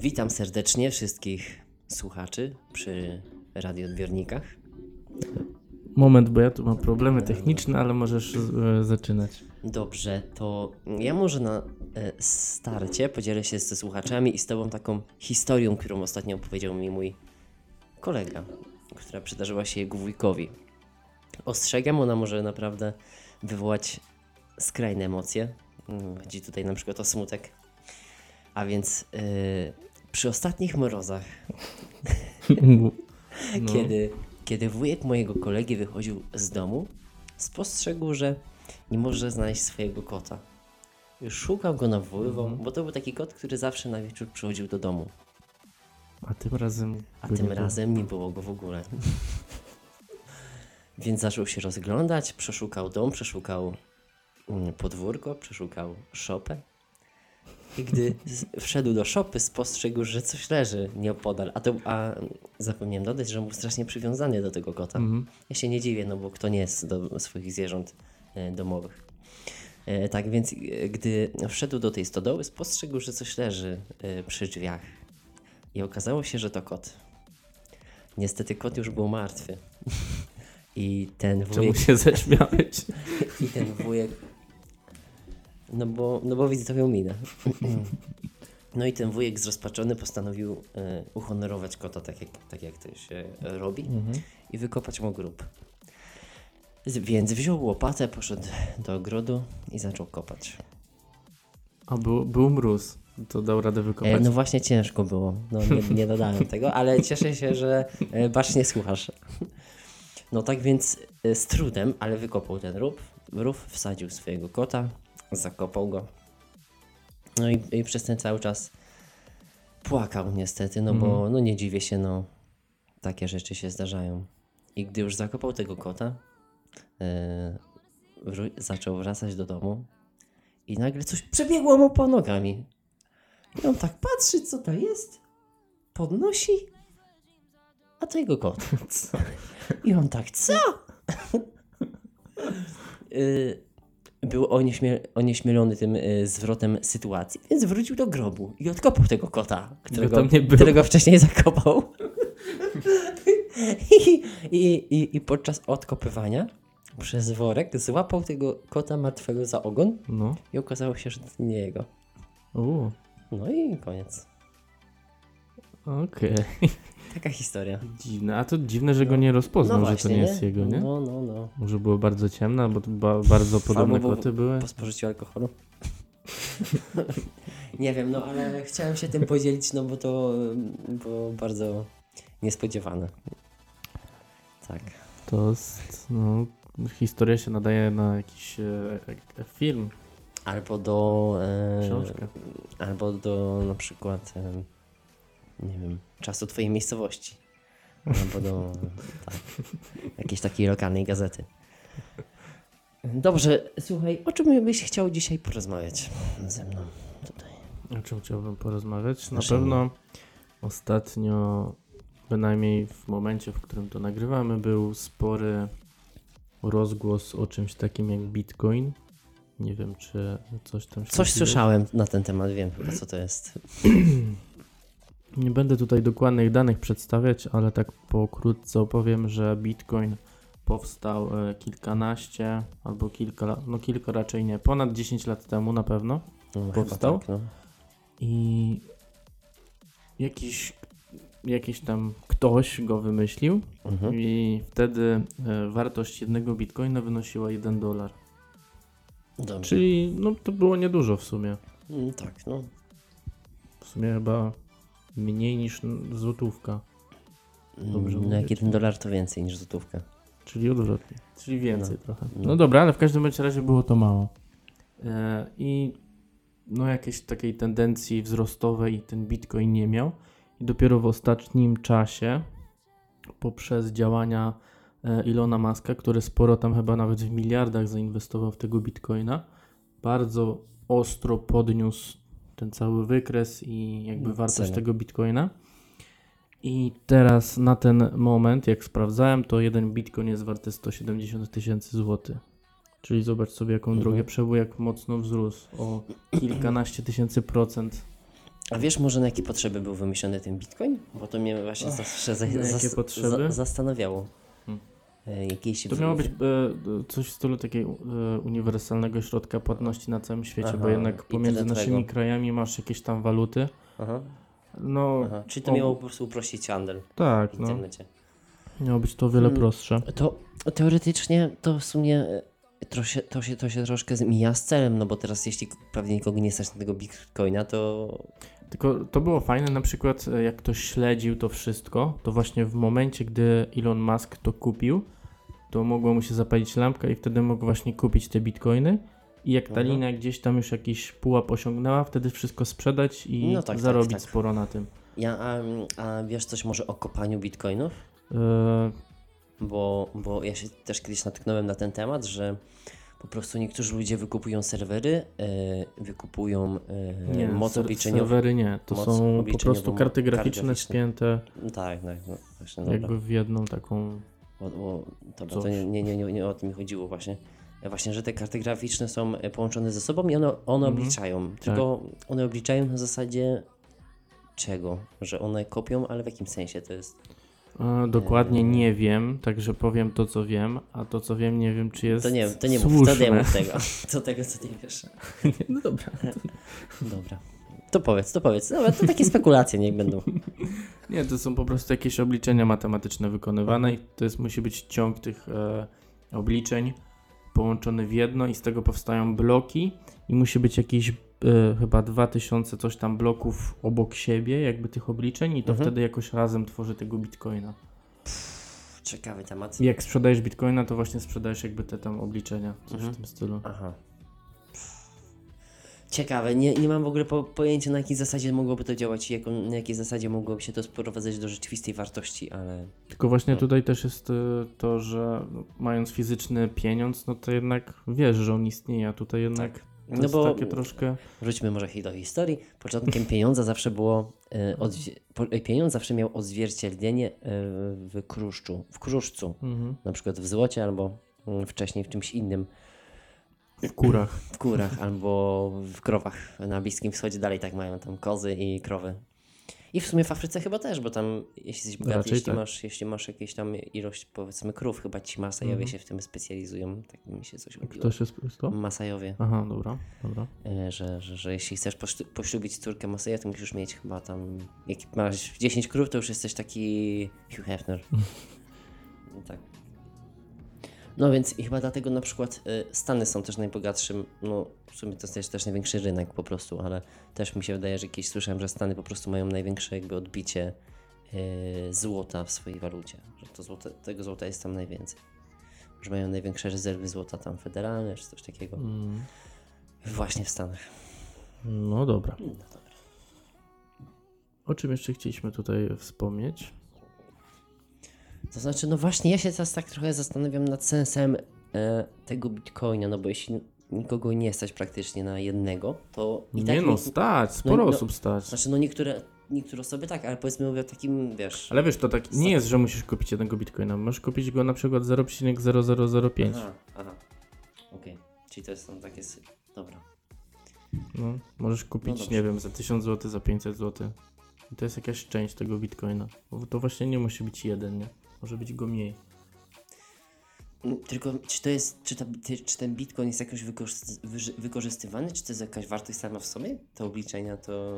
Witam serdecznie wszystkich słuchaczy przy radioodbiornikach. Moment, bo ja tu mam problemy techniczne, ale możesz zaczynać. Dobrze, to ja może na starcie podzielę się ze słuchaczami i z Tobą taką historią, którą ostatnio opowiedział mi mój kolega, która przydarzyła się jego wujkowi. Ostrzegam, ona może naprawdę wywołać skrajne emocje. Chodzi tutaj na przykład o smutek. A więc przy ostatnich mrozach, No. kiedy wujek mojego kolegi wychodził z domu, spostrzegł, że nie może znaleźć swojego kota. Już szukał go na wólwą, bo to był taki kot, który zawsze na wieczór przychodził do domu. A tym razem... A tym razem nie było go w ogóle. Więc zaczął się rozglądać, przeszukał dom, przeszukał podwórko, przeszukał szopę. I gdy wszedł do szopy, spostrzegł, że coś leży nieopodal. A zapomniałem dodać, że był strasznie przywiązany do tego kota. Ja się nie dziwię, no bo kto nie jest do swoich zwierząt domowych. Tak więc, gdy wszedł do tej stodoły, spostrzegł, że coś leży przy drzwiach. I okazało się, że to kot. Niestety kot już był martwy. I ten wujek... Czemu się zaśmiałeś? I ten wujek... No bo widzę twoją minę. No i ten wujek zrozpaczony postanowił uhonorować kota, tak jak to się robi, i wykopać mu grób. Więc wziął łopatę, poszedł do ogrodu i zaczął kopać. A był mróz. To dał radę wykopać? No właśnie ciężko było. No nie dodałem tego, ale cieszę się, że bacznie słuchasz. No tak więc z trudem, ale wykopał ten rów, wsadził swojego kota, zakopał go. No i przez ten cały czas płakał niestety, no bo no nie dziwię się, no takie rzeczy się zdarzają. I gdy już zakopał tego kota, zaczął wracać do domu i nagle coś przebiegło mu po nogami. I on tak patrzy, co to jest, podnosi, a to jego kot. Co? I on tak, co? Był onieśmielony tym zwrotem sytuacji, więc wrócił do grobu i odkopał tego kota, którego wcześniej zakopał. I podczas odkopywania przez worek złapał tego kota martwego za ogon i okazało się, że to nie jego. No i koniec. Okej. Taka historia. Dziwne. A to dziwne, że go nie rozpoznał, właśnie, że to nie jest jego, nie? No. Może było bardzo ciemne, bo to bardzo podobne koty były. Po spożyciu alkoholu. Nie wiem, no ale chciałem się tym podzielić, no bo to było bardzo niespodziewane. Tak. To jest, historia się nadaje na jakiś film. Albo do... Książkę. Albo do na przykład nie wiem, Czasu twojej miejscowości. Albo do jakiejś takiej lokalnej gazety. Dobrze, słuchaj, o czym byś chciał dzisiaj porozmawiać ze mną tutaj? O czym chciałbym porozmawiać? Na pewno ostatnio, bynajmniej w momencie, w którym to nagrywamy, był spory rozgłos o czymś takim jak Bitcoin. Nie wiem, czy coś tam się... Coś słyszałem na ten temat, wiem chyba, co to jest. Nie będę tutaj dokładnych danych przedstawiać, ale tak pokrótce opowiem, że Bitcoin powstał kilkanaście albo kilka raczej nie, ponad 10 lat temu na pewno powstał. Tak, no. I jakiś tam ktoś go wymyślił i wtedy wartość jednego Bitcoina wynosiła $1. Dobrze. Czyli to było niedużo w sumie. Tak, no. W sumie chyba mniej niż złotówka. Dobrze no jak $1 to więcej niż złotówka. Czyli odwrotnie. Czyli więcej trochę. No dobra, ale w każdym razie było to mało. I jakiejś takiej tendencji wzrostowej ten Bitcoin nie miał. I dopiero w ostatnim czasie poprzez działania Elona Muska, który sporo tam chyba nawet w miliardach zainwestował w tego Bitcoina, bardzo ostro podniósł ten cały wykres i jakby wartość tego Bitcoina. I teraz na ten moment, jak sprawdzałem, to jeden Bitcoin jest warty 170 000 złotych. Czyli zobacz sobie, jaką drogę przebył, jak mocno wzrósł o kilkanaście tysięcy procent. A wiesz może na jakie potrzeby był wymyślony ten Bitcoin? Bo to mnie właśnie zawsze na jakie potrzeby? zastanawiało. Jakieś To miało być coś w stylu takiego uniwersalnego środka płatności na całym świecie, bo jednak pomiędzy internetowego. naszymi krajami masz jakieś tam waluty. No, Czyli to miało po prostu uprościć handel tak, w internecie. Miało być to o wiele prostsze. To teoretycznie to w sumie to się troszkę mija z celem, no bo teraz jeśli pewnie nikogo nie stać na tego Bitcoina, to... Tylko to było fajne, na przykład jak ktoś śledził to wszystko, to właśnie w momencie, gdy Elon Musk to kupił, to mogła mu się zapalić lampka i wtedy mógł właśnie kupić te bitcoiny i jak ta linia gdzieś tam już jakiś pułap osiągnęła, wtedy wszystko sprzedać i zarobić sporo na tym. A wiesz coś może o kopaniu bitcoinów? Bo ja się też kiedyś natknąłem na ten temat, że po prostu niektórzy ludzie wykupują serwery, wykupują moc obliczeniową. Serwery nie, to są po prostu karty graficzne spięte tak, no, właśnie, jakby w jedną taką... Dobra, to nie o tym mi chodziło właśnie. Właśnie, że te karty graficzne są połączone ze sobą i one obliczają. Tylko one obliczają na zasadzie czego? Że one kopią, ale w jakim sensie to jest? Dokładnie nie wiem, także powiem to, co wiem, a to, co wiem, nie wiem, czy jest To nie słuszne. mów, to nie mów tego. To tego, co nie wiesz. No dobra. Dobra. To powiedz. Dobra, to takie spekulacje niech będą. Nie, to są po prostu jakieś obliczenia matematyczne wykonywane i to musi być ciąg tych obliczeń połączony w jedno i z tego powstają bloki i musi być jakieś chyba 2000 coś tam bloków obok siebie, jakby tych obliczeń i to wtedy jakoś razem tworzy tego bitcoina. Ciekawy temat. I jak sprzedajesz bitcoina, to właśnie sprzedajesz jakby te tam obliczenia, coś w tym stylu. Aha. Ciekawe, nie mam w ogóle pojęcia na jakiej zasadzie mogłoby to działać i na jakiej zasadzie mogłoby się to sprowadzać do rzeczywistej wartości, ale... Tylko właśnie tutaj też jest to, że mając fizyczny pieniądz, no to jednak wiesz, że on istnieje, a tutaj jednak to jest takie troszkę... Wróćmy może do historii. Początkiem pieniądza zawsze było... pieniądz zawsze miał odzwierciedlenie w kruszcu. Na przykład w złocie albo wcześniej w czymś innym. W kurach. W kurach albo w krowach. Na Bliskim Wschodzie dalej tak mają tam kozy i krowy. I w sumie w Afryce chyba też, bo tam jeśli jesteś bogaty, jeśli masz jakieś tam ilość powiedzmy krów, chyba ci Masajowie się w tym specjalizują. Tak mi się coś mówiło. Kto się to? Masajowie. Aha, dobra. Że jeśli chcesz poślubić córkę Masaja, to musisz mieć chyba tam, jak masz 10 krów, to już jesteś taki Hugh Hefner. Tak. No więc i chyba dlatego na przykład Stany są też najbogatszym, no w sumie to jest też największy rynek po prostu, ale też mi się wydaje, że kiedyś słyszałem, że Stany po prostu mają największe jakby odbicie złota w swojej walucie, że tego złota jest tam najwięcej, że mają największe rezerwy złota tam federalne czy coś takiego właśnie w Stanach. No dobra. O czym jeszcze chcieliśmy tutaj wspomnieć? To znaczy, no właśnie, ja się teraz tak trochę zastanawiam nad sensem tego bitcoina, no bo jeśli nikogo nie stać praktycznie na jednego, to i tak... stać, sporo osób stać. Znaczy, no niektóre osoby tak, ale powiedzmy mówię o takim, wiesz... Ale wiesz, to tak nie jest, że musisz kupić jednego bitcoina, możesz kupić go na przykład 0,0005. Aha. Okej. Czyli to jest tam takie... Dobra. No, możesz kupić, nie wiem, za 1000 zł, za 500 zł. I to jest jakaś część tego bitcoina. Bo to właśnie nie musi być jeden, nie? Może być go mniej. Tylko czy ten bitcoin jest jakoś wykorzystywany? Czy to jest jakaś wartość sama w sobie? Te obliczenia to...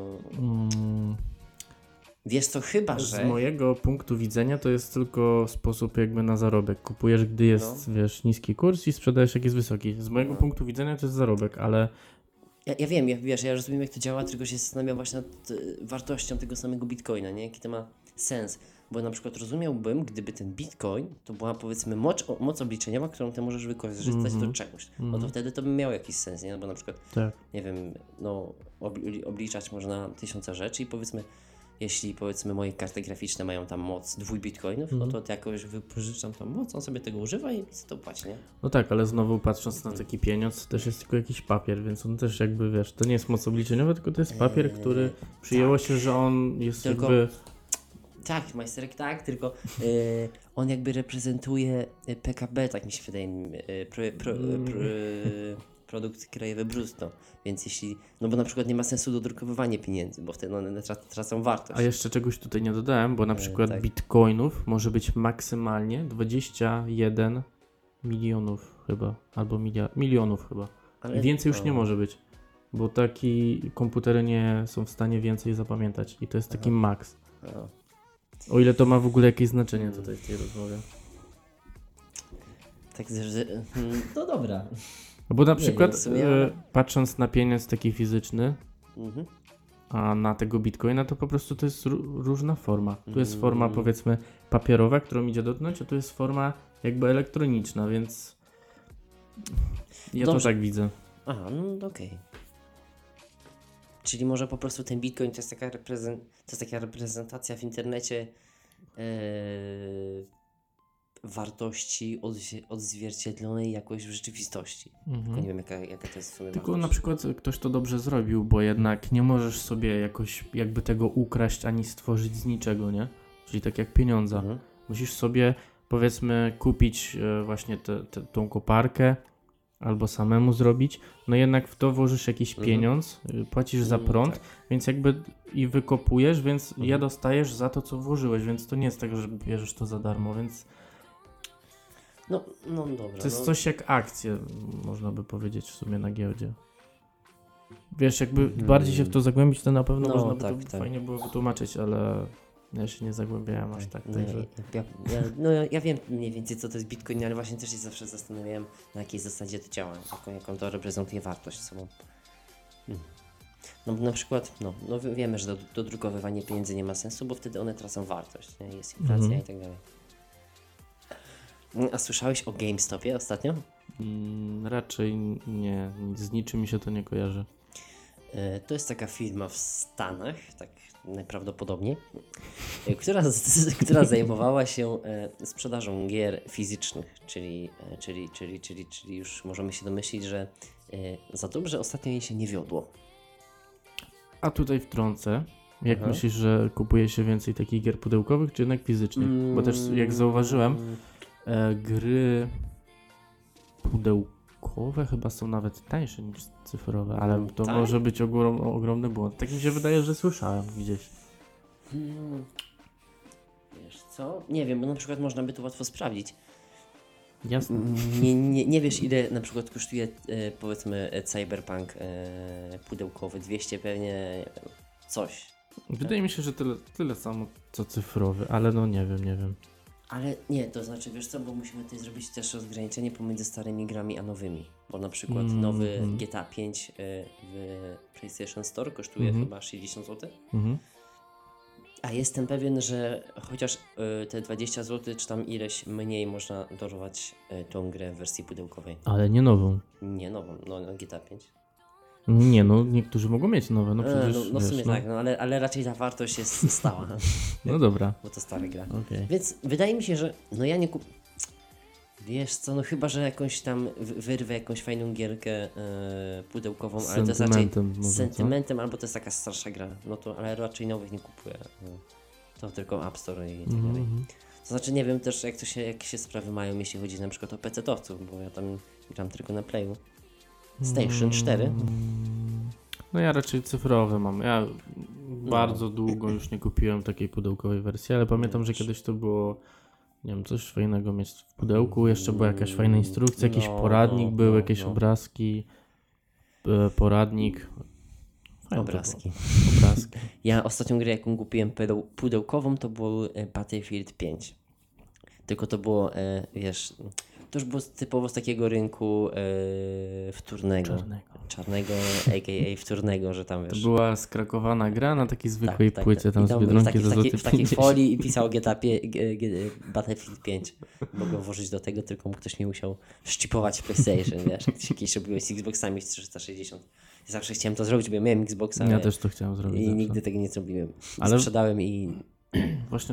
Wiesz co, chyba że... Z mojego punktu widzenia to jest tylko sposób jakby na zarobek. Kupujesz, gdy jest, wiesz, niski kurs i sprzedajesz, jak jest wysoki. Z mojego punktu widzenia to jest zarobek, ale... Ja wiem, ja rozumiem jak to działa, tylko się zastanawiam właśnie nad wartością tego samego bitcoina, nie? Jaki to ma sens. Bo na przykład rozumiałbym, gdyby ten bitcoin to była powiedzmy moc obliczeniowa, którą ty możesz wykorzystać do czegoś. No to wtedy to by miało jakiś sens, nie? No bo na przykład, nie wiem, no obliczać można 1000 rzeczy i powiedzmy, jeśli powiedzmy moje karty graficzne mają tam moc 2 bitcoinów, no to jakoś wypożyczam tą moc, on sobie tego używa i to płaci, nie? No tak, ale znowu patrząc na taki pieniądz, to też jest tylko jakiś papier, więc on też jakby, wiesz, to nie jest moc obliczeniowa, tylko to jest papier, który przyjęło się, że on jest tylko... jakby... Tak, majsterek tak, tylko on jakby reprezentuje PKB, tak mi się wydaje, produkt krajowy brutto. Więc jeśli, no bo na przykład nie ma sensu dodrukowywanie pieniędzy, bo wtedy one tracą wartość. A jeszcze czegoś tutaj nie dodałem, bo na przykład tak. bitcoinów może być maksymalnie 21 milionów chyba, albo milionów chyba. Ale, I więcej już nie może być, bo taki komputery nie są w stanie więcej zapamiętać i to jest taki maks. O. O ile to ma w ogóle jakieś znaczenie tutaj w tej rozmowie. Tak, że... No dobra. No bo na Nie przykład wiem, w sumie, ale- patrząc na pieniądz taki fizyczny, Mhm. a na tego bitcoina to po prostu to jest różna forma. Tu jest forma Mm. powiedzmy papierowa, którą idzie dotknąć, a tu jest forma jakby elektroniczna, więc ja to Dobrze. tak widzę. Aha, no okej. Czyli może po prostu ten Bitcoin to jest taka reprezentacja w internecie wartości odzwierciedlonej jakoś w rzeczywistości. Tylko nie wiem jaka to jest w sumie Tylko wartość. na przykład ktoś to dobrze zrobił, bo jednak nie możesz sobie jakoś jakby tego ukraść ani stworzyć z niczego, nie? Czyli tak jak pieniądza. Mhm. Musisz sobie powiedzmy kupić właśnie tą koparkę albo samemu zrobić, no jednak w to włożysz jakiś pieniądz, płacisz za prąt, tak. więc jakby i wykopujesz, więc ja dostajesz za to, co włożyłeś, więc to nie jest tak, że bierzesz to za darmo, więc No dobra. to jest coś jak akcje, można by powiedzieć w sumie na giełdzie. Wiesz, jakby bardziej się w to zagłębić, to na pewno No, można by tak, to tak. fajnie było wytłumaczyć, ale ja się nie zagłębiałem aż tak, także... Ja wiem mniej więcej co to jest Bitcoin, ale właśnie też się zawsze zastanawiałem na jakiej zasadzie to działa, jaką to reprezentuje wartość sobą. No bo na przykład, wiemy, że dodrukowywanie pieniędzy nie ma sensu, bo wtedy one tracą wartość, nie? Jest inflacja i tak dalej. A słyszałeś o GameStopie ostatnio? Raczej nie, z niczym mi się to nie kojarzy. To jest taka firma w Stanach, tak najprawdopodobniej, która zajmowała się sprzedażą gier fizycznych, czyli już możemy się domyślić, że za dobrze ostatnio jej się nie wiodło. A tutaj wtrącę. Jak Aha. myślisz, że kupuje się więcej takich gier pudełkowych, czy jednak fizycznych? Bo też jak zauważyłem, gry pudełkowe chyba są nawet tańsze niż cyfrowe, ale to tak? może być ogromny błąd. Tak mi się wydaje, że słyszałem gdzieś. Wiesz co? Nie wiem, bo na przykład można by to łatwo sprawdzić. Jasne. Nie wiesz ile na przykład kosztuje powiedzmy Cyberpunk pudełkowy, 200 pewnie coś. Wydaje mi się, że tyle samo co cyfrowy, ale no nie wiem. Ale nie, to znaczy wiesz co, bo musimy tutaj zrobić też rozgraniczenie pomiędzy starymi grami a nowymi. Bo na przykład nowy GTA 5 w PlayStation Store kosztuje chyba 60 zł. A jestem pewien, że chociaż te 20 zł czy tam ileś mniej można dorwać tą grę w wersji pudełkowej. Ale nie nową. Nie nową, no GTA 5. Nie no, niektórzy mogą mieć nowe, no przecież No w wiesz, sumie tak, ale raczej ta wartość jest stała, No dobra, bo to stara gra. okej. Więc wydaje mi się, że ja nie Wiesz co, no chyba, że jakąś tam wyrwę jakąś fajną gierkę pudełkową, ale to jest raczej Sentymentem może, z co? sentymentem, albo to jest taka starsza gra, no to, ale raczej nowych nie kupuję. To tylko App Store i tak dalej. To znaczy nie wiem też jak się sprawy mają, jeśli chodzi na przykład o PC-towców, bo ja tam gram tylko na Playu. Station 4. No ja raczej cyfrowy mam. Ja bardzo długo już nie kupiłem takiej pudełkowej wersji, ale pamiętam, że kiedyś to było, nie wiem, coś fajnego mieć w pudełku. Jeszcze była jakaś fajna instrukcja, jakiś poradnik był, jakieś obrazki, poradnik. Fajne to Obrazki. było. Obrazki. Ja ostatnią grę, jaką kupiłem pudełkową, to był Battlefield 5. Tylko to było, wiesz, to już było typowo z takiego rynku wtórnego. Czarnego, a.k.a. wtórnego, że tam To wiesz... była skrakowana gra na takiej zwykłej płycie, tam I z Biedronki za w takiej 50. folii i pisało Battlefield 5. Mogłem włożyć do tego, tylko ktoś mi musiał szczypować PlayStation, wiesz, jak jakieś robiłem z Xboxami z 360. Ja zawsze chciałem to zrobić, bo ja miałem Xboxa, Ja też to chciałem zrobić. i zawsze. nigdy tego nie zrobiłem. Ale- Sprzedałem i... Właśnie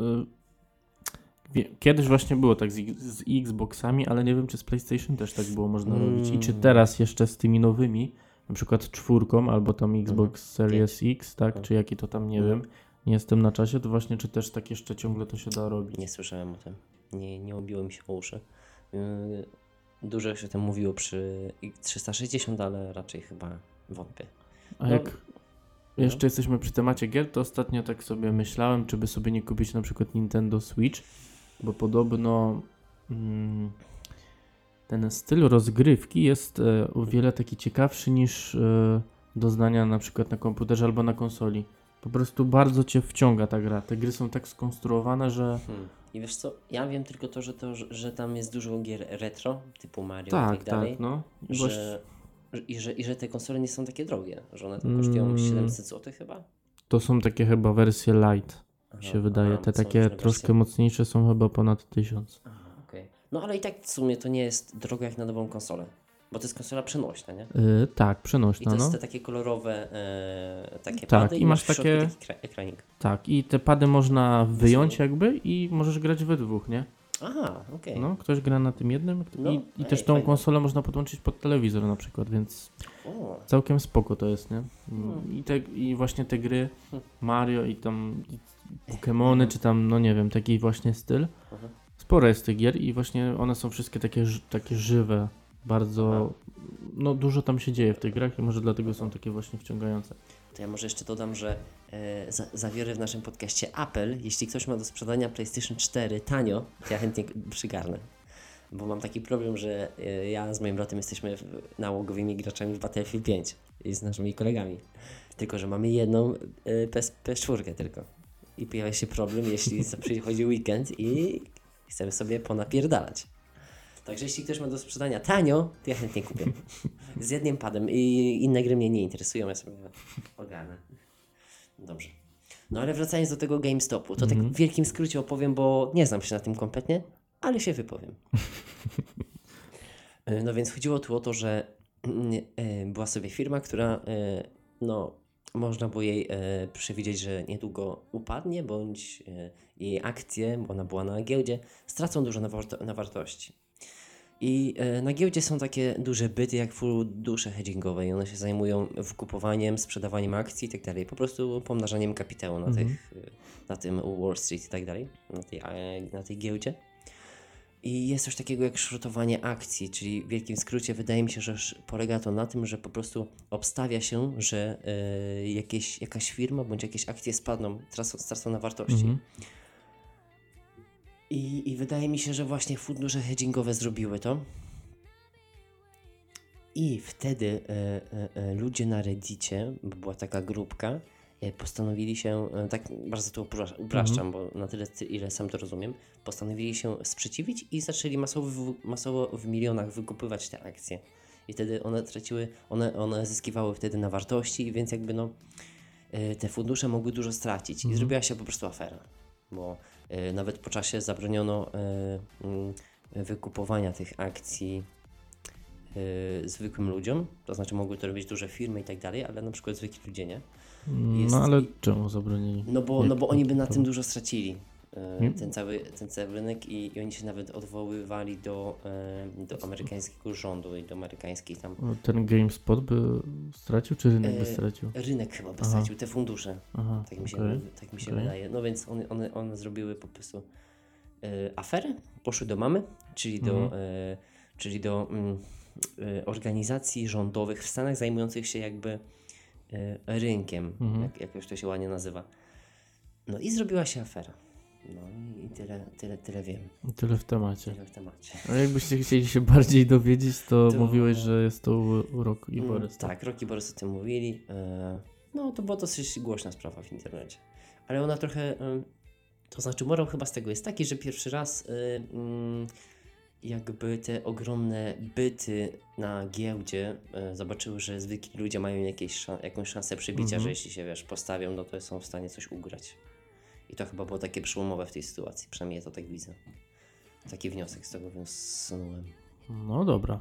kiedyś właśnie było tak z Xboxami, ale nie wiem, czy z PlayStation też tak było można robić. I czy teraz jeszcze z tymi nowymi, na przykład 4 albo tam Xbox Series X, tak, czy jaki to tam, nie wiem, nie jestem na czasie, to właśnie czy też tak jeszcze ciągle to się da robić. Nie słyszałem o tym. Nie obiło mi się o uszy. dużo się o tym mówiło przy X360, ale raczej chyba wątpię. A jak jeszcze jesteśmy przy temacie gier, to ostatnio tak sobie myślałem, czy by sobie nie kupić na przykład Nintendo Switch, bo podobno ten styl rozgrywki jest o wiele taki ciekawszy niż doznania na przykład na komputerze albo na konsoli. Po prostu bardzo cię wciąga ta gra. Te gry są tak skonstruowane, że... I wiesz co, ja wiem tylko to, że tam jest dużo gier retro, typu Mario i Tak, tak dalej. tak, no. I że te konsole nie są takie drogie, że one tam kosztują 700 zł chyba. To są takie chyba wersje light, się wydaje. Te takie troszkę mocniejsze są chyba ponad 1000. Okay. No ale i tak w sumie to nie jest drogo jak na nową konsolę. Bo to jest konsola przenośna, nie? Tak, przenośna. I to jest no. te takie kolorowe takie tak, pady i masz takie taki ekranik. Tak, i te pady można wyjąć jakby i możesz grać we dwóch, nie? Aha, okej. No, ktoś gra na tym jednym No, i też tą konsolę można podłączyć pod telewizor na przykład, więc całkiem spoko to jest, nie? I właśnie te gry Mario i tam Pokemony, czy tam, no nie wiem, taki właśnie styl. Sporo jest tych gier i właśnie one są wszystkie takie żywe, bardzo, no dużo tam się dzieje w tych grach i może dlatego są takie właśnie wciągające. To ja może jeszcze dodam, że zawiorę w naszym podcaście apel. Jeśli ktoś ma do sprzedania PlayStation 4 tanio, to ja chętnie przygarnę. Bo mam taki problem, że ja z moim bratem jesteśmy nałogowymi graczami w Battlefield 5 i z naszymi kolegami. Tylko że mamy jedną PS4 tylko. I pojawia się problem, jeśli przychodzi weekend i chcemy sobie ponapierdalać. Także jeśli ktoś ma do sprzedania tanio, to ja chętnie kupię. Z jednym padem i inne gry mnie nie interesują, ja sobie ogarnę. Dobrze. No ale wracając do tego GameStopu, to tak w wielkim skrócie opowiem, bo nie znam się na tym kompletnie, ale się wypowiem. No więc chodziło tu o to, że była sobie firma, która no można było jej przewidzieć, że niedługo upadnie, bądź jej akcje, bo ona była na giełdzie, stracą dużo na wartości. I na giełdzie są takie duże byty jak fundusze hedgingowe i one się zajmują wykupowaniem, sprzedawaniem akcji i tak dalej. Po prostu pomnażaniem kapitału na tym Wall Street i tak dalej, na tej giełdzie. I jest coś takiego jak shortowanie akcji, czyli w wielkim skrócie wydaje mi się, że polega to na tym, że po prostu obstawia się, że jakaś firma bądź jakieś akcje spadną, stracą na wartości. I wydaje mi się, że właśnie fundusze hedgingowe zrobiły to. I wtedy ludzie na Reddicie, bo była taka grupka, postanowili się, tak bardzo to upraszczam, bo na tyle, ile sam to rozumiem, postanowili się sprzeciwić i zaczęli masowo w milionach wykupywać te akcje. I wtedy one zyskiwały wtedy na wartości, więc jakby te fundusze mogły dużo stracić. I zrobiła się po prostu afera, bo nawet po czasie zabroniono wykupowania tych akcji zwykłym ludziom, to znaczy mogły to robić duże firmy i tak dalej, ale na przykład zwykli ludzie nie. Ale czemu zabronili? No bo oni by na tym dużo stracili. Ten cały rynek i oni się nawet odwoływali do amerykańskiego rządu i do amerykańskich tam... Ten GameSpot by stracił, czy rynek by stracił? Rynek chyba by stracił, te fundusze. Tak mi się wydaje. No więc one zrobiły po prostu aferę, poszły do mamy, czyli do organizacji rządowych w Stanach zajmujących się jakby rynkiem, jak już to się ładnie nazywa. No i zrobiła się afera. No i tyle wiem. Tyle w temacie. Tyle w temacie. A jakbyście chcieli się bardziej dowiedzieć, to mówiłeś, że jest to Rock i Borys. Tak, Rock i Borys o tym mówili. No to była dosyć głośna sprawa w internecie. Ale ona trochę... To znaczy morał chyba z tego jest taki, że pierwszy raz jakby te ogromne byty na giełdzie zobaczyły, że zwykli ludzie mają jakąś szansę przebicia, że jeśli się postawią, no to są w stanie coś ugrać. I to chyba było takie przełomowe w tej sytuacji, przynajmniej ja to tak widzę. Taki wniosek z tego wysunąłem. No dobra.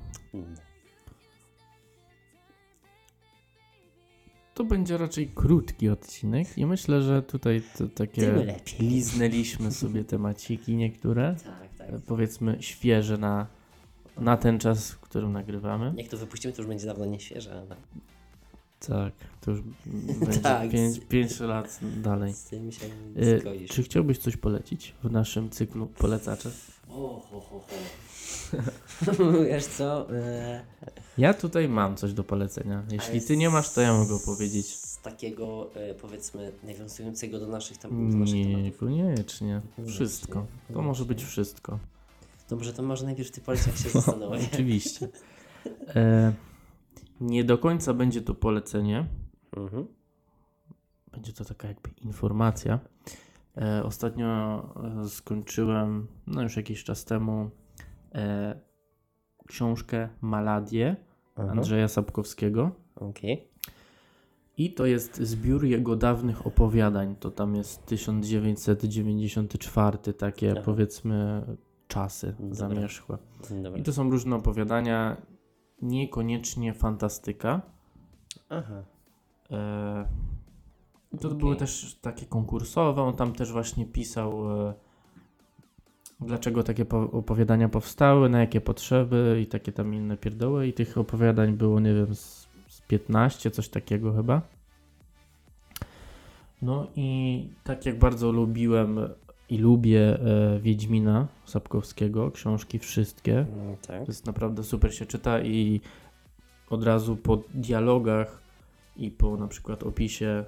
To będzie raczej krótki odcinek i myślę, że tutaj takie liznęliśmy sobie temaciki niektóre. Tak. Powiedzmy świeże na ten czas, w którym nagrywamy. Jak to wypuścimy, to już będzie dawno nieświeże, ale... Tak, to już będzie 5 lat dalej. Z tym się zgodzisz. Czy chciałbyś coś polecić w naszym cyklu polecaczy? Wiesz co? Ja tutaj mam coś do polecenia. Jeśli ty nie masz, to ja mogę powiedzieć. Z takiego, powiedzmy, nawiązującego do naszych tematów. Niekoniecznie. Wszystko. To może być wszystko. Dobrze, to może najpierw ty poleć, jak się zastanowię. Oczywiście. Nie do końca będzie to polecenie. Mhm. Będzie to taka jakby informacja. Ostatnio skończyłem, no już jakiś czas temu, książkę Maladie Andrzeja Sapkowskiego. Okej. I to jest zbiór jego dawnych opowiadań. To tam jest 1994, takie powiedzmy czasy zamierzchłe. Dobra. I to są różne opowiadania, niekoniecznie fantastyka. Aha. To były też takie konkursowe. On tam też właśnie pisał, dlaczego takie opowiadania powstały, na jakie potrzeby i takie tam inne pierdoły. I tych opowiadań było, nie wiem, z 15, coś takiego chyba. No i tak jak bardzo lubiłem i lubię Wiedźmina Sapkowskiego, książki wszystkie. Tak. To jest naprawdę super się czyta i od razu po dialogach i po na przykład opisie,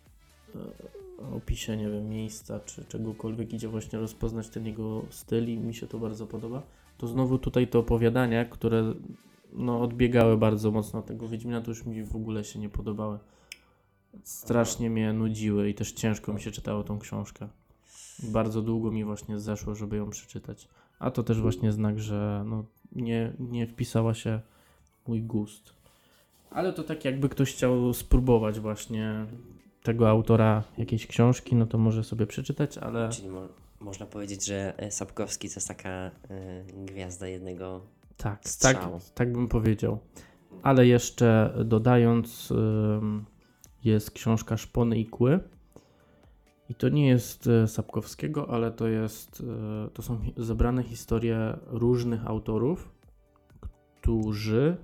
nie wiem, miejsca czy czegokolwiek idzie właśnie rozpoznać ten jego styl i mi się to bardzo podoba. To znowu tutaj te opowiadania, które no odbiegały bardzo mocno od tego Wiedźmina, to już mi w ogóle się nie podobały. Strasznie mnie nudziły i też ciężko mi się czytało tą książkę. Bardzo długo mi właśnie zeszło, żeby ją przeczytać. A to też właśnie znak, że no, nie wpisała się mój gust. Ale to tak jakby ktoś chciał spróbować właśnie tego autora jakiejś książki, no to może sobie przeczytać, ale... Czyli można powiedzieć, że Sapkowski to jest taka gwiazda jednego strzału. Tak bym powiedział. Ale jeszcze dodając, jest książka Szpony i Kły. I to nie jest Sapkowskiego, ale to są zebrane historie różnych autorów, którzy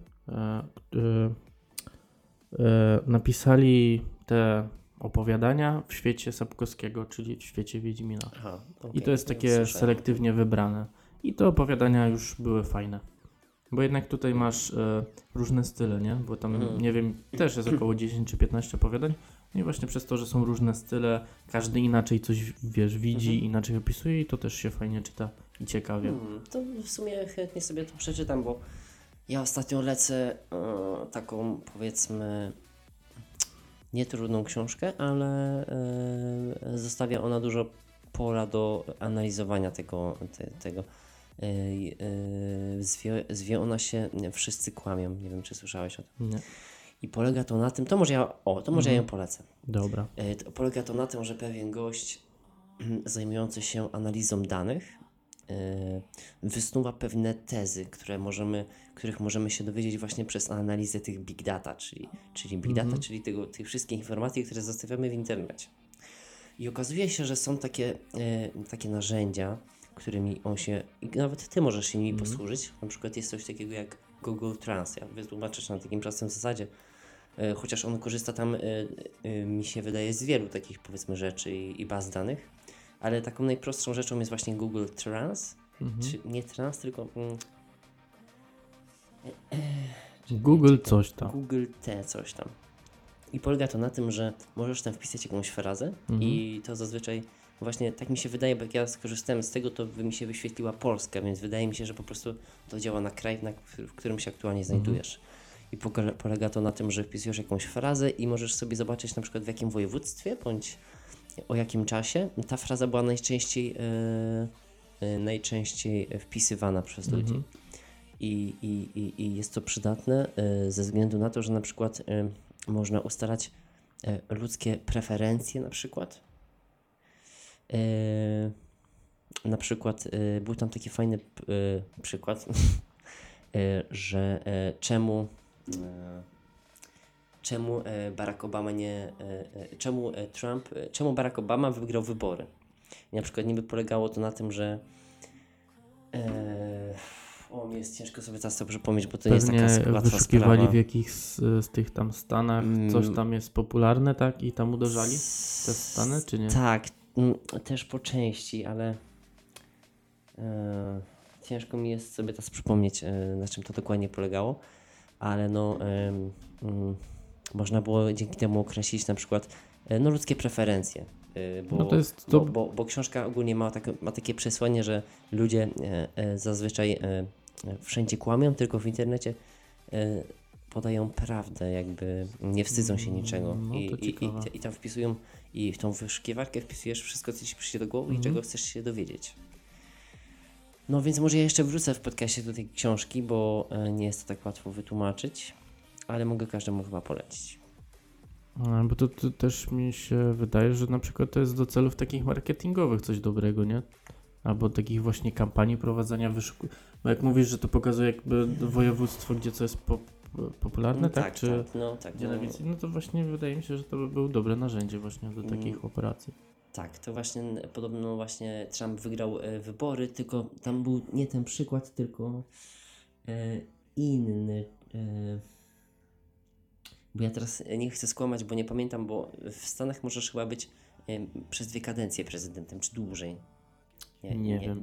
napisali te opowiadania w świecie Sapkowskiego, czyli w świecie Wiedźmina. Aha, okay. I to jest takie selektywnie wybrane. I te opowiadania już były fajne. Bo jednak tutaj masz różne style, nie? Bo tam, nie wiem, też jest około 10 czy 15 opowiadań. No i właśnie przez to, że są różne style, każdy inaczej coś, widzi, inaczej opisuje i to też się fajnie czyta i ciekawie. To w sumie chętnie sobie to przeczytam, bo ja ostatnio lecę taką, powiedzmy, nietrudną książkę, ale zostawia ona dużo pola do analizowania tego. Zwie ona się Wszyscy kłamią. Nie wiem, czy słyszałeś o tym. Nie. I polega to na tym, to może ja ją polecę. Dobra. Polega to na tym, że pewien gość zajmujący się analizą danych wysnuwa pewne tezy, których możemy się dowiedzieć właśnie przez analizę tych big data, czyli big data, czyli tych wszystkich informacji, które zostawiamy w internecie. I okazuje się, że są takie narzędzia, którymi on się, i nawet ty możesz się nimi posłużyć. Na przykład jest coś takiego jak Google Trans. Ja wytłumaczę na takim prostym zasadzie. Chociaż on korzysta tam, mi się wydaje, z wielu takich, powiedzmy, rzeczy i baz danych. Ale taką najprostszą rzeczą jest właśnie Google Trans. Czy nie Trans, tylko... Google coś tam. Google coś tam. I polega to na tym, że możesz tam wpisać jakąś frazę i to zazwyczaj właśnie tak mi się wydaje, bo jak ja skorzystałem z tego, to mi się wyświetliła Polska, więc wydaje mi się, że po prostu to działa na kraj, w którym się aktualnie znajdujesz. I polega to na tym, że wpisujesz jakąś frazę i możesz sobie zobaczyć na przykład w jakim województwie bądź o jakim czasie ta fraza była najczęściej wpisywana przez ludzi. I jest to przydatne ze względu na to, że na przykład można ustalać ludzkie preferencje na przykład. Na przykład był tam taki fajny przykład, że czemu Barack Obama czemu Barack Obama wygrał wybory. I na przykład niby polegało to na tym, że mi jest ciężko sobie teraz to przypomnieć, bo to pewnie nie jest taka łatwa wyszukiwali sprawa. w jakich z tych tam stanach coś tam jest popularne, tak? I tam uderzali te stany, czy nie? Tak, też po części, ale ciężko mi jest sobie teraz przypomnieć, na czym to dokładnie polegało, ale no można było dzięki temu określić na przykład no, ludzkie preferencje. Bo, No to jest to... bo książka ogólnie ma takie przesłanie, że ludzie zazwyczaj wszędzie kłamią, tylko w internecie podają prawdę, jakby nie wstydzą się niczego. No to ciekawe. I tam wpisują, i w tą wyszukiwarkę wpisujesz wszystko, co ci przyjdzie do głowy i czego chcesz się dowiedzieć. No więc może ja jeszcze wrócę w podcastie do tej książki, bo nie jest to tak łatwo wytłumaczyć, ale mogę każdemu chyba polecić. Bo to też mi się wydaje, że na przykład to jest do celów takich marketingowych coś dobrego, nie? Albo takich właśnie kampanii prowadzenia Bo jak mówisz, że to pokazuje jakby województwo, gdzie co jest popularne, tak? Czy gdzie najwięcej? No to właśnie wydaje mi się, że to by było dobre narzędzie właśnie do takich operacji. Tak, to właśnie podobno właśnie Trump wygrał wybory, tylko tam był nie ten przykład, tylko inny. Bo ja teraz nie chcę skłamać, bo nie pamiętam, bo w Stanach możesz chyba być przez 2 kadencje prezydentem, czy dłużej. Nie wiem.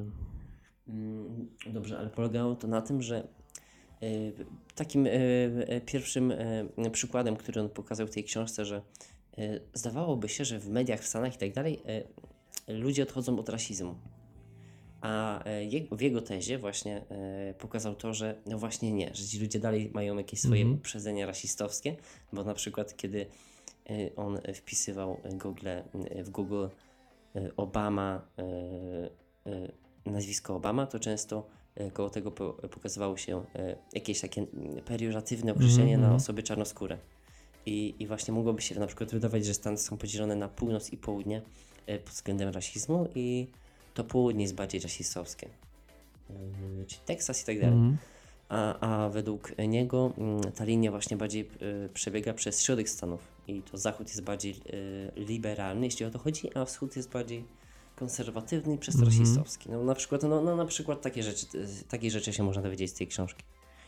Dobrze, ale polegało to na tym, że takim pierwszym przykładem, który on pokazał w tej książce, że zdawałoby się, że w mediach w Stanach i tak dalej ludzie odchodzą od rasizmu. A w jego tezie właśnie pokazał to, że no właśnie nie, że ci ludzie dalej mają jakieś swoje uprzedzenia rasistowskie, bo na przykład kiedy on wpisywał w Google Obama, nazwisko Obama, to często koło tego pokazywało się jakieś takie perioratywne określenie na osoby czarnoskóre. I właśnie mogłoby się na przykład wydawać, że Stany są podzielone na północ i południe pod względem rasizmu i to południe jest bardziej rasistowskie, czyli Teksas i tak dalej. A według niego ta linia właśnie bardziej przebiega przez środek Stanów i to zachód jest bardziej liberalny, jeśli o to chodzi, a wschód jest bardziej konserwatywny i przez to rasistowski. No na przykład takie rzeczy się można dowiedzieć z tej książki.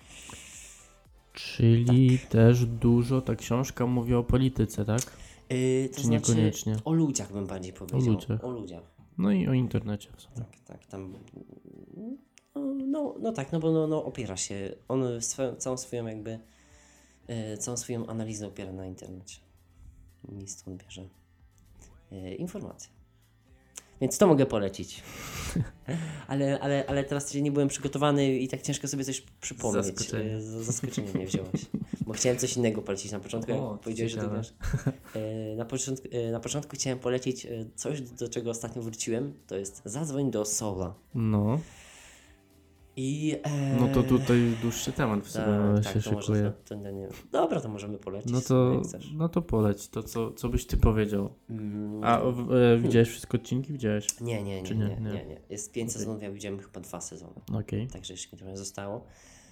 Czyli też dużo ta książka mówi o polityce, tak? To czy znaczy niekoniecznie? O ludziach bym bardziej powiedział. ludziach. O ludziach. No i o internecie w sumie. Tak, tam. No tak, no bo opiera się. On całą swoją analizę opiera na internecie. I stąd bierze informacje. Więc to mogę polecić. ale teraz nie byłem przygotowany i tak ciężko sobie coś przypomnieć. Zaskoczenie mnie wziąłeś. Bo chciałem coś innego polecić na początku, jak powiedziałeś, że ty grasz. Na początku chciałem polecić coś, do czego ostatnio wróciłem. To jest Zadzwoń do Soula. No. No to tutaj dłuższy temat w sumie się szykuje. Dobra, to możemy polecić. No to poleć. To co byś ty powiedział? A widziałeś wszystkie odcinki? Widziałeś? Nie. Jest 5 sezonów, ja widziałem chyba 2 sezony. Okay. Także jeszcze trochę zostało.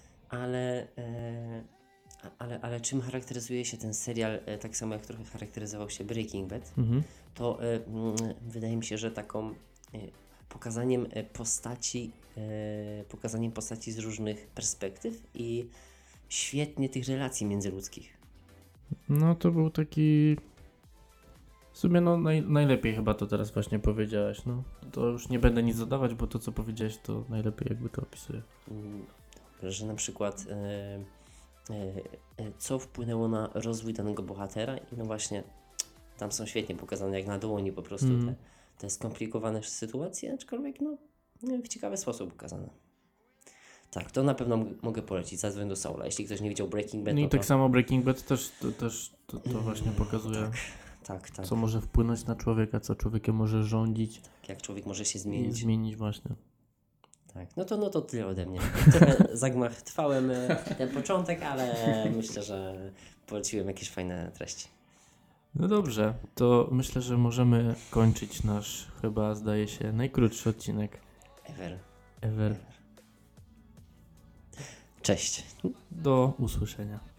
Ale czym charakteryzuje się ten serial, tak samo jak trochę charakteryzował się Breaking Bad, to wydaje mi się, że taką pokazaniem postaci z różnych perspektyw i świetnie tych relacji międzyludzkich. No to był taki... W sumie najlepiej chyba to teraz właśnie powiedziałeś. No. To już nie będę nic dodawać, bo to co powiedziałeś to najlepiej jakby to opisuje. Że na przykład co wpłynęło na rozwój danego bohatera i no właśnie tam są świetnie pokazane jak na dłoni po prostu te skomplikowane sytuacje, aczkolwiek w ciekawy sposób pokazane. Tak, to na pewno mogę polecić. Zadzwoń do Soula. Jeśli ktoś nie widział Breaking Bad, no i tak samo Breaking Bad też to właśnie pokazuje, tak. Co może wpłynąć na człowieka, co człowiekiem może rządzić. Tak, jak człowiek może się zmienić. Zmienić właśnie. Tak, no to tyle ode mnie. Trochę zagmatwałem ten początek, ale myślę, że poleciłem jakieś fajne treści. No dobrze, to myślę, że możemy kończyć nasz, chyba zdaje się, najkrótszy odcinek. Ever. Cześć. Do usłyszenia.